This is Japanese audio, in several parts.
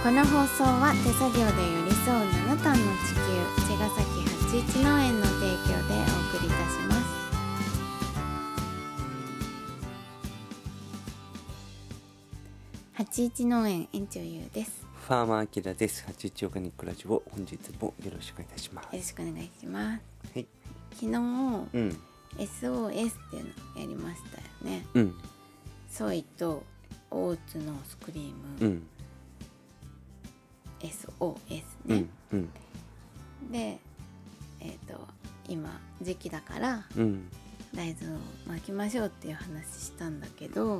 この放送は手作業で寄り添う7単の地球茅ヶ崎81農園の提供でお送りいたします。81農園園長ゆうです。 ファーマーアキラです。81オーガニックラジオ、本日もよろしくお願いします。 よろしくお願いします。 はい。 昨日、SOS っていうのやりましたよね。ソイとオーツのスクリーム、SOS ね。で、今時期だから、大豆をまきましょうっていう話したんだけど、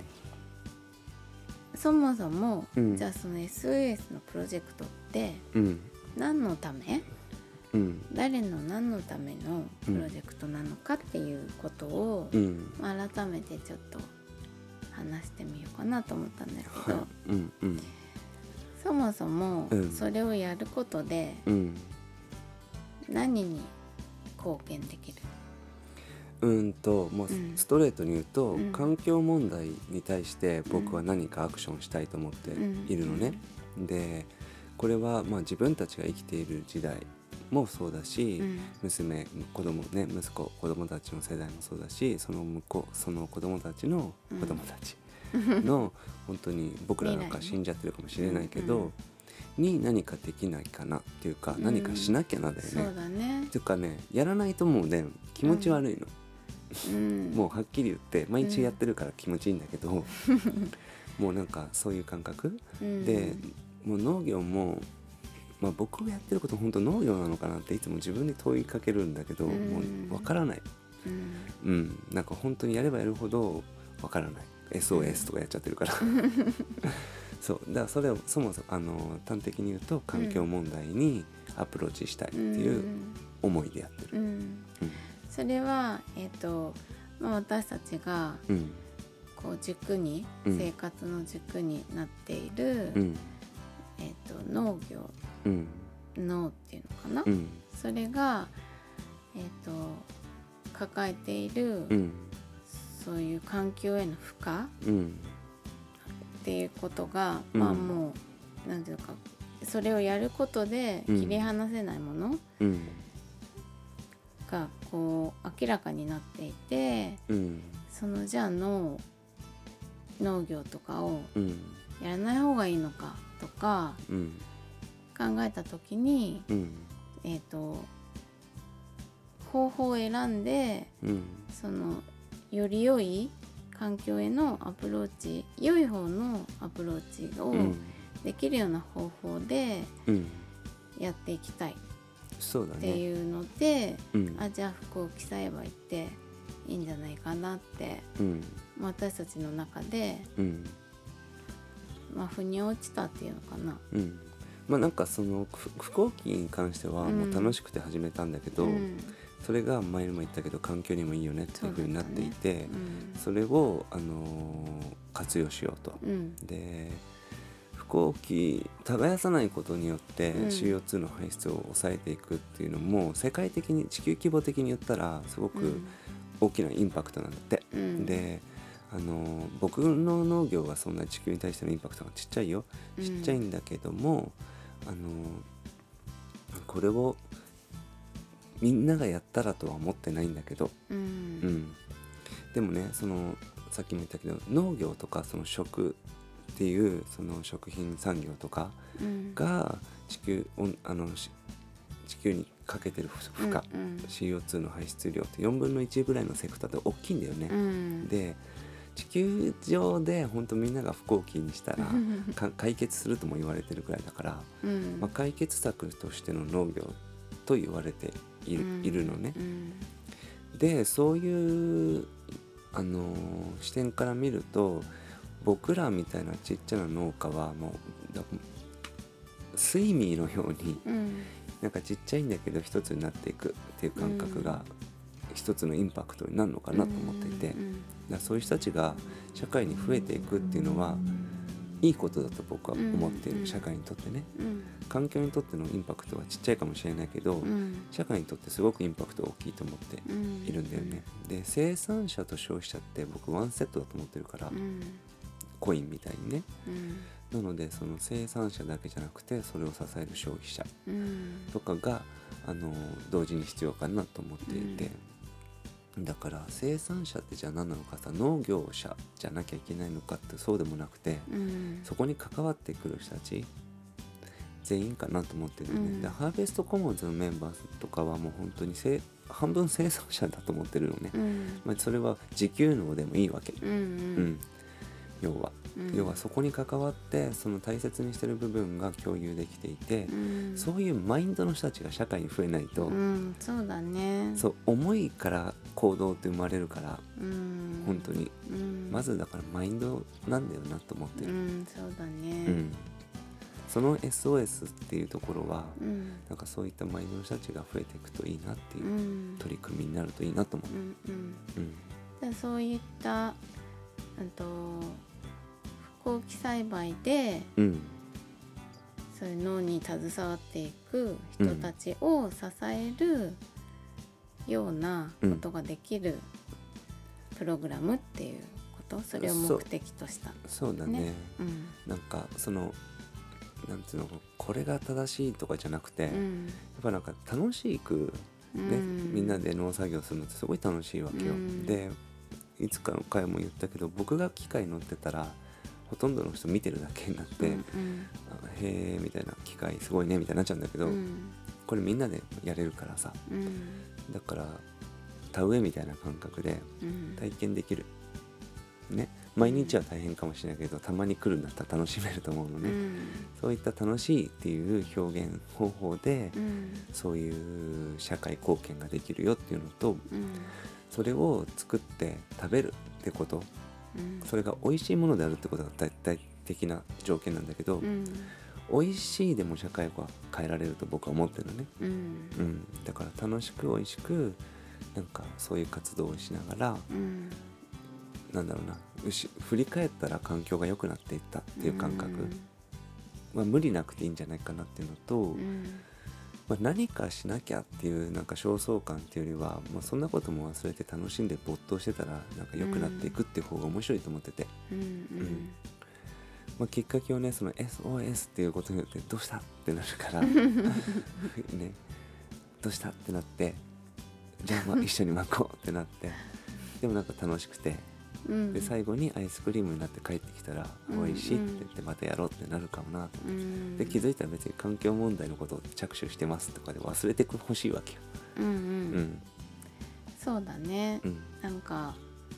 そもそも、じゃあその SOS のプロジェクトって、何のため、誰の何のためのプロジェクトなのかっていうことを、改めてちょっと話してみようかなと思ったんだけど、そもそもそれをやることで何に貢献できる？ もうストレートに言うと、環境問題に対して僕は何かアクションしたいと思っているのね。でこれは自分たちが生きている時代もそうだし、子供たちの世代もそうだし、その子供たちの子供たちの本当に僕らなんか死んじゃってるかもしれないけど、に何かできないかなっていうか、何かしなきゃなだよね。 そうだね。 っていうかね、やらないともうね気持ち悪いの。もうはっきり言って毎日やってるから気持ちいいんだけど、もうなんかそういう感覚、でもう農業も、僕がやってること本当農業なのかなっていつも自分に問いかけるんだけど、もうわからない。なんか本当にやればやるほどわからない。SOS とかやっちゃってるからそうだからそれをそもそも端的に言うと環境問題にアプローチしたいっていう思いでやってる。 それは私たちがこう軸に、生活の軸になっている、農業、農っていうのかな、それが、抱えている、そういう環境への負荷、っていうことが、もうなんていうか、それをやることで切り離せないもの、がこう明らかになっていて、そのじゃあ農業とかをやらない方がいいのかとか、考えた時に、方法を選んで、そのより良い環境へのアプローチ、良い方のアプローチをできるような方法でやっていきたいっていうので、じゃあ福岡栽培っていいんじゃないかなって、私たちの中で、腑に落ちたっていうのかな。 なんかその不耕起に関してはもう楽しくて始めたんだけど、それが前にも言ったけど環境にもいいよねっていう風になっていて、それを、活用しようと。で不耕起耕さないことによって、CO2 の排出を抑えていくっていうのも世界的に地球規模的に言ったらすごく大きなインパクトなんだって。で僕の農業はそんな地球に対してのインパクトがちっちゃいよ、ちっちゃいんだけども、これをみんながやったらとは思ってないんだけど、でもね、そのさっきも言ったけど農業とかその食っていうその食品産業とかが地球にかけてる負荷、CO2 の排出量って4分の1ぐらいのセクターで大きいんだよね。で地球上で本当みんなが不耕起にしたら解決するとも言われてるくらいだから、解決策としての農業と言われているのね。でそういう視点から見ると、僕らみたいなちっちゃな農家はもうスイミーのように、なんかちっちゃいんだけど一つになっていくっていう感覚が一つのインパクトになるのかなと思っていて、そういう人たちが社会に増えていくっていうのはいいことだと僕は思っている。社会にとってね、環境にとってのインパクトはちっちゃいかもしれないけど、社会にとってすごくインパクト大きいと思っているんだよね。で生産者と消費者って僕ワンセットだと思ってるから、コインみたいにね。 なのでその生産者だけじゃなくてそれを支える消費者とかが、同時に必要かなと思っていて、だから生産者ってじゃあ何なのかさ、農業者じゃなきゃいけないのかってそうでもなくて、そこに関わってくる人たち全員かなと思ってるね。でハーベストコモンズのメンバーとかはもう本当に半分生産者だと思ってるのね、それは自給農でもいいわけ、要はそこに関わってその大切にしてる部分が共有できていて、そういうマインドの人たちが社会に増えないと、 そうだね、 そう思いから行動って生まれるから、本当に、まずだからマインドなんだよなと思ってる、 そうだね、 その SOS っていうところは、なんかそういったマインドの人たちが増えていくといいなっていう取り組みになるといいなと思う。 そういった不耕起栽培で、そういう農に携わっていく人たちを支えるようなことができるプログラムっていうこと、それを目的とした、 そうだね、なんかそのなんていうの、これが正しいとかじゃなくて、やっぱなんか楽しくね、みんなで農作業するのってすごい楽しいわけよ、でいつかの回も言ったけど、僕が機械乗ってたらほとんどの人見てるだけになって、へえみたいな、機械すごいねみたいになっちゃうんだけど、これみんなでやれるからさ、だから田植えみたいな感覚で体験できる、ね、毎日は大変かもしれないけど、たまに来るんだったら楽しめると思うのね、そういった楽しいっていう表現方法で、そういう社会貢献ができるよっていうのと、それを作って食べるってこと、それが美味しいものであるってことが大体的な条件なんだけど、美味しいでも社会は変えられると僕は思ってるのね、だから楽しく美味しくなんかそういう活動をしながら、なんだろうな、振り返ったら環境が良くなっていったっていう感覚、無理なくていいんじゃないかなっていうのと、何かしなきゃっていうなんか焦燥感っていうよりは、そんなことも忘れて楽しんで没頭してたらなんか良くなっていくっていう方が面白いと思ってて、きっかけをね、その SOS っていうことによってどうしたってなるからね、どうしたってなって、じゃあ一緒に巻こうってなって、でもなんか楽しくて、で最後にアイスクリームになって帰ってきたら、美味しいって言ってまたやろうってなるかもなと思って、で気づいたら別に環境問題のことを着手してますとかで忘れてほしいわけよ。 そうだね、なんか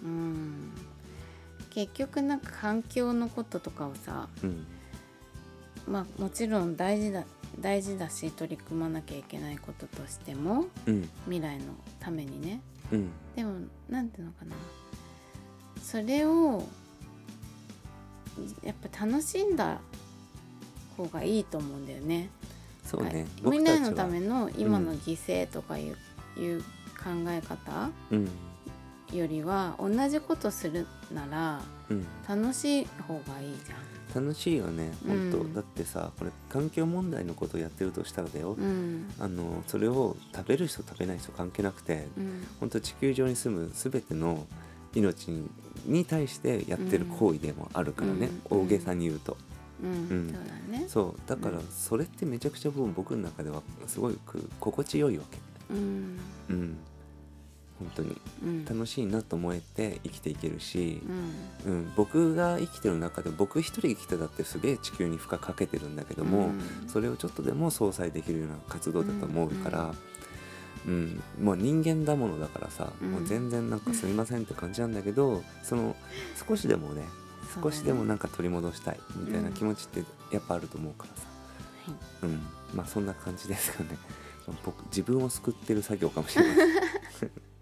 結局なんか環境のこととかをさ、もちろん大事だし取り組まなきゃいけないこととしても、未来のためにね、でもなんていうのかな、それをやっぱ楽しんだ方がいいと思うんだよね。 そうね、 みんなのための今の犠牲とかいう考え方、よりは同じことするなら楽しい方がいいじゃん。 楽しいよね、本当、だってさ、これ環境問題のことをやってるとしたらだよ、それを食べる人食べない人関係なくて、本当地球上に住む全ての命に対してやってる行為でもあるからね、大げさに言うと、 そうだね。 そうだからそれってめちゃくちゃ僕の中ではすごく心地よいわけ、本当に、楽しいなと思えて生きていけるし、僕が生きてる中で僕一人生きてたってすげえ地球に負荷かけてるんだけども、それをちょっとでも相殺できるような活動だと思うから、もう人間だものだからさ、もう全然なんかすみませんって感じなんだけど、その少しでもね、少しでもなんか取り戻したいみたいな気持ちってやっぱあると思うからさ、そんな感じですかね。自分を救ってる作業かもしれない